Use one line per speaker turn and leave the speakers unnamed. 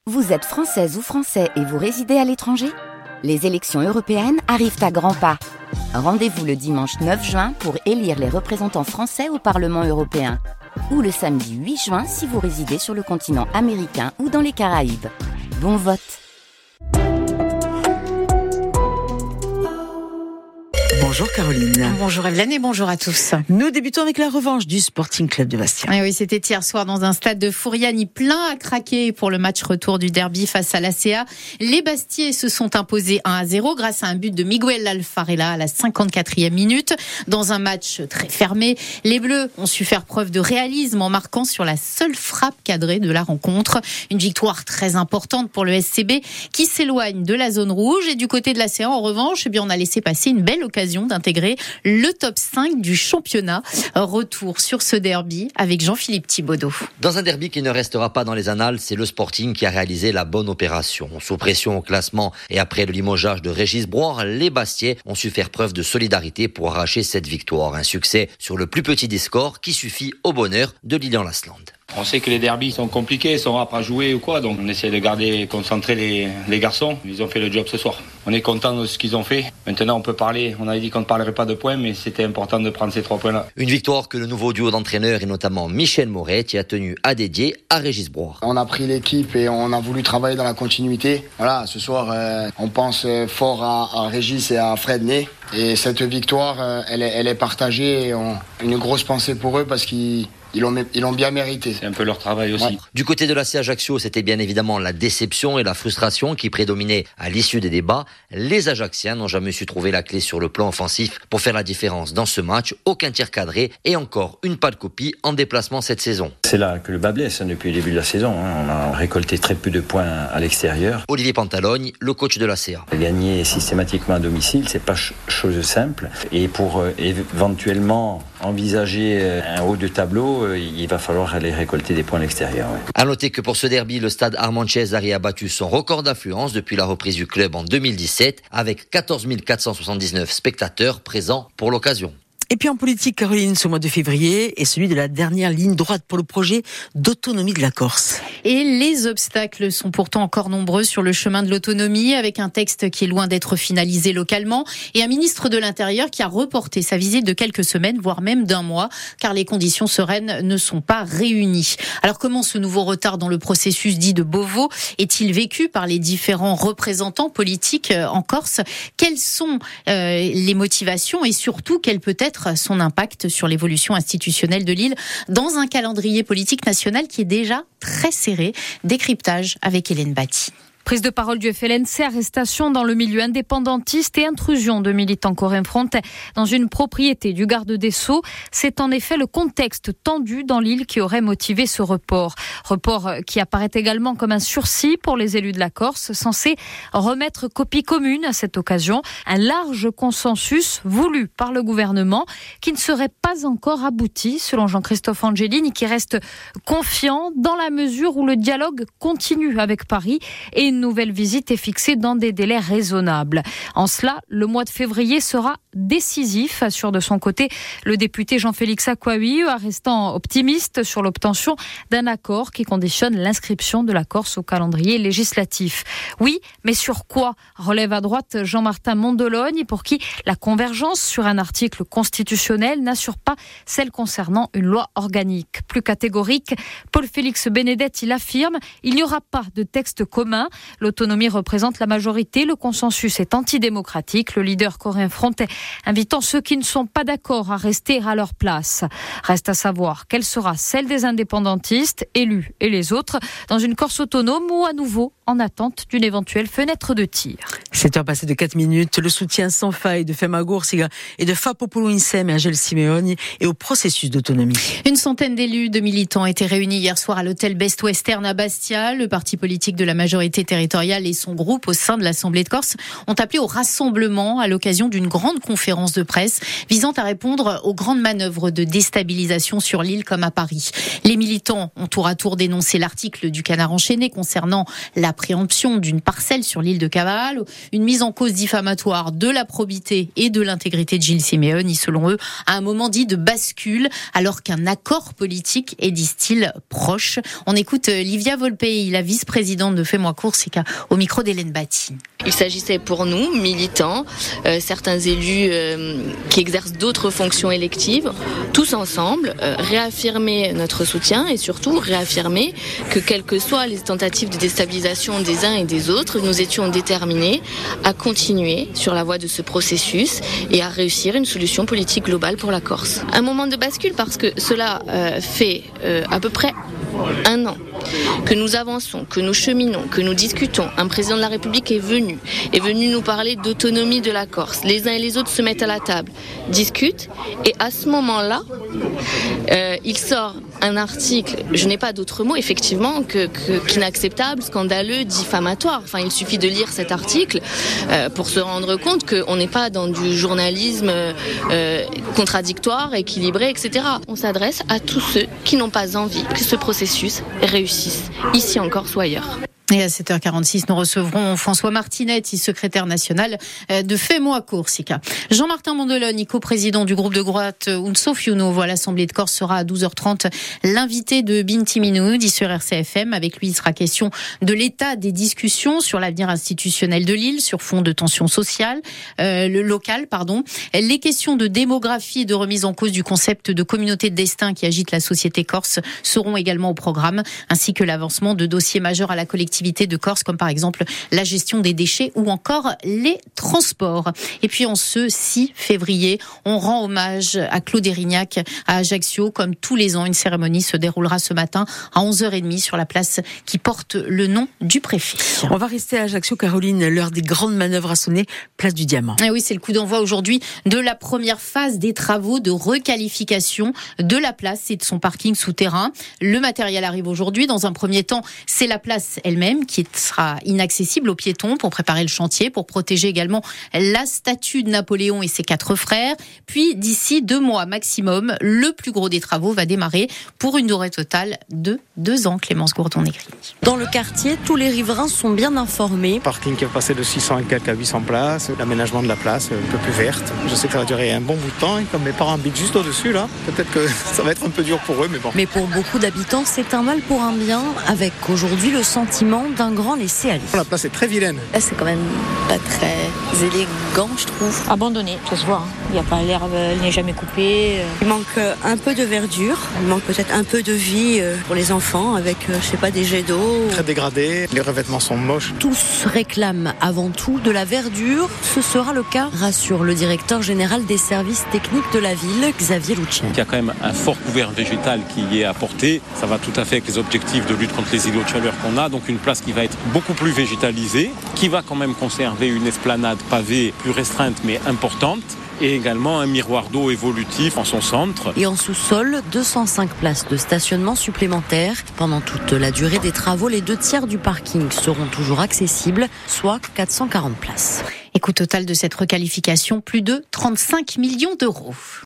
Vous êtes française ou français et vous résidez à l'étranger ? Les élections européennes arrivent à grands pas. Rendez-vous le dimanche 9 juin pour élire les représentants français au Parlement européen. Ou le samedi 8 juin si vous résidez sur le continent américain ou dans les Caraïbes. Bon vote!
Bonjour Caroline.
Bonjour Evelyne et bonjour à tous.
Nous débutons avec la revanche du Sporting Club de Bastia.
Et oui, c'était hier soir dans un stade de Fouriani plein à craquer pour le match retour du derby face à l'ACA. Les Bastiais se sont imposés 1-0 grâce à un but de Miguel Alfarella à la 54e minute. Dans un match très fermé, les Bleus ont su faire preuve de réalisme en marquant sur la seule frappe cadrée de la rencontre. Une victoire très importante pour le SCB qui s'éloigne de la zone rouge. Et du côté de l'ACA, en revanche, on a laissé passer une belle occasion d'intégrer le top 5 du championnat. Retour sur ce derby avec Jean-Philippe Thibaudot.
Dans un derby qui ne restera pas dans les annales, c'est le Sporting qui a réalisé la bonne opération. Sous pression au classement et après le limogeage de Régis Broir, les Bastiais ont su faire preuve de solidarité pour arracher cette victoire. Un succès sur le plus petit des scores qui suffit au bonheur de Lilian Lasland.
On sait que les derbys sont compliqués, sont âpres à jouer ou quoi, donc on essaie de garder, concentrer les garçons. Ils ont fait le job ce soir. On est content de ce qu'ils ont fait. Maintenant on peut parler, on avait dit qu'on ne parlerait pas de points, mais c'était important de prendre ces 3 points-là.
Une victoire que le nouveau duo d'entraîneurs et notamment Michel Moret a tenu à dédier à Régis Broir.
On a pris l'équipe et on a voulu travailler dans la continuité. Voilà, ce soir on pense fort à Régis et à Fred Ney. Et cette victoire, elle est partagée et une grosse pensée pour eux parce qu'ils l'ont bien mérité.
C'est un peu leur travail aussi.
Ouais. Du côté de l'AC Ajaccio, c'était bien évidemment la déception et la frustration qui prédominaient à l'issue des débats. Les Ajacciens n'ont jamais su trouver la clé sur le plan offensif pour faire la différence dans ce match. Aucun tir cadré et encore une pâle copie en déplacement cette saison.
C'est là que le bas blesse depuis le début de la saison. On a récolté très peu de points à l'extérieur.
Olivier Pantalogne, le coach de l'ACA.
Gagner systématiquement à domicile, c'est pas chose simple. Et pour éventuellement envisager un haut de tableau, il va falloir aller récolter des points à l'extérieur. Ouais.
À noter que pour ce derby, le stade Armand Cesari a battu son record d'affluence depuis la reprise du club en 2017 avec 14 479 spectateurs présents pour l'occasion.
Et puis en politique, Caroline, ce mois de février est celui de la dernière ligne droite pour le projet d'autonomie de la Corse.
Et les obstacles sont pourtant encore nombreux sur le chemin de l'autonomie, avec un texte qui est loin d'être finalisé localement et un ministre de l'Intérieur qui a reporté sa visite de quelques semaines, voire même d'1 mois, car les conditions sereines ne sont pas réunies. Alors comment ce nouveau retard dans le processus dit de Beauvau est-il vécu par les différents représentants politiques en Corse ? Quelles sont les motivations et surtout quel peut être son impact sur l'évolution institutionnelle de l'île dans un calendrier politique national qui est déjà très serré. Décryptage avec Hélène Batti.
Prise de parole du FLNC, arrestation dans le milieu indépendantiste et intrusion de militants Corinne Front dans une propriété du garde des Sceaux. C'est en effet le contexte tendu dans l'île qui aurait motivé ce report. Report qui apparaît également comme un sursis pour les élus de la Corse, censé remettre copie commune à cette occasion. Un large consensus voulu par le gouvernement qui ne serait pas encore abouti, selon Jean-Christophe Angelini, qui reste confiant dans la mesure où le dialogue continue avec Paris et une nouvelle visite est fixée dans des délais raisonnables. En cela, le mois de février sera décisif, assure de son côté le député Jean-Félix Akouaoui, restant optimiste sur l'obtention d'un accord qui conditionne l'inscription de la Corse au calendrier législatif. Oui, mais sur quoi ? Relève à droite Jean-Martin Mondologne, pour qui la convergence sur un article constitutionnel n'assure pas celle concernant une loi organique. Plus catégorique, Paul-Félix Bénédette, il affirme il n'y aura pas de texte commun. L'autonomie représente la majorité, le consensus est antidémocratique. Le leader Corinne Front invitant ceux qui ne sont pas d'accord à rester à leur place. Reste à savoir quelle sera celle des indépendantistes, élus et les autres, dans une Corse autonome ou à nouveau en attente d'une éventuelle fenêtre de tir.
7h passées de 4 minutes, le soutien sans faille de Fema Goursiga et de Fapopolo Insem et Angèle Simeoni et au processus d'autonomie.
Une centaine d'élus, de militants étaient réunis hier soir à l'hôtel Best Western à Bastia. Le parti politique de la majorité interterritoriale et son groupe au sein de l'Assemblée de Corse ont appelé au rassemblement à l'occasion d'une grande conférence de presse visant à répondre aux grandes manœuvres de déstabilisation sur l'île comme à Paris. Les militants ont tour à tour dénoncé l'article du Canard enchaîné concernant la préemption d'une parcelle sur l'île de Cavalle, une mise en cause diffamatoire de la probité et de l'intégrité de Gilles Simeoni, selon eux, à un moment dit de bascule, alors qu'un accord politique est, disent-ils, proche. On écoute Livia Volpei, la vice-présidente de Fais-moi Corsica, au micro d'Hélène Batti.
Il s'agissait pour nous, militants, certains élus qui exercent d'autres fonctions électives, tous ensemble, réaffirmer notre soutien et surtout réaffirmer que quelles que soient les tentatives de déstabilisation des uns et des autres, nous étions déterminés à continuer sur la voie de ce processus et à réussir une solution politique globale pour la Corse. Un moment de bascule parce que cela fait à peu près un an que nous avançons, que nous cheminons, que nous discutons. Un président de la République est venu nous parler d'autonomie de la Corse. Les uns et les autres se mettent à la table, discutent, et à ce moment-là, il sort un article, je n'ai pas d'autre mot, effectivement, qu'inacceptable, scandaleux, diffamatoire. Enfin, il suffit de lire cet article pour se rendre compte qu'on n'est pas dans du journalisme contradictoire, équilibré, etc. On s'adresse à tous ceux qui n'ont pas envie que ce processus réussisse, ici en Corse ou ailleurs.
Et à 7h46, nous recevrons François Martinetti, secrétaire national de Fais-moi Corsica. Jean-Martin Mondoloni, coprésident du groupe de droite Unso Fiuno, à l'Assemblée de Corse, sera à 12h30 l'invité de Binti Minoudi sur RCFM. Avec lui, il sera question de l'état des discussions sur l'avenir institutionnel de l'île, sur fond de tensions sociales, locales. Les questions de démographie et de remise en cause du concept de communauté de destin qui agite la société corse seront également au programme, ainsi que l'avancement de dossiers majeurs à la collectivité de Corse, comme par exemple la gestion des déchets ou encore les transports. Et puis en ce 6 février, on rend hommage à Claude Érignac à Ajaccio. Comme tous les ans, une cérémonie se déroulera ce matin à 11h30 sur la place qui porte le nom du préfet.
On va rester à Ajaccio, Caroline, l'heure des grandes manœuvres à sonner, place du Diamant.
Et oui, c'est le coup d'envoi aujourd'hui de la première phase des travaux de requalification de la place et de son parking souterrain. Le matériel arrive aujourd'hui. Dans un premier temps, c'est la place elle-même qui sera inaccessible aux piétons pour préparer le chantier, pour protéger également la statue de Napoléon et ses 4 frères. Puis, d'ici 2 mois maximum, le plus gros des travaux va démarrer pour une durée totale de 2 ans. Clémence Gourdon-Negrini.
Dans le quartier, tous les riverains sont bien informés.
Le parking qui va passer de 600 et quelques à 800 places, l'aménagement de la place un peu plus verte. Je sais que ça va durer un bon bout de temps et comme mes parents habitent juste au-dessus, là, peut-être que ça va être un peu dur pour eux, mais bon.
Mais pour beaucoup d'habitants, c'est un mal pour un bien, avec aujourd'hui le sentiment d'un grand laisser-aller.
La place est très vilaine.
Là, c'est quand même pas très élégant, je trouve.
Abandonné, ça se voit. Il n'y a pas l'herbe, elle n'est jamais coupée.
Il manque un peu de verdure. Il manque peut-être un peu de vie pour les enfants avec, des jets d'eau.
Très dégradé. Les revêtements sont moches.
Tous réclament avant tout de la verdure. Ce sera le cas, rassure le directeur général des services techniques de la ville, Xavier Lucien.
Il y a quand même un fort couvert végétal qui est apporté. Ça va tout à fait avec les objectifs de lutte contre les îlots de chaleur qu'on a. Donc une place qui va être beaucoup plus végétalisée, qui va quand même conserver une esplanade pavée plus restreinte mais importante. Et également un miroir d'eau évolutif en son centre.
Et en sous-sol, 205 places de stationnement supplémentaires. Pendant toute la durée des travaux, les 2/3 du parking seront toujours accessibles, soit 440 places.
Et coût total de cette requalification, plus de 35 millions d'euros.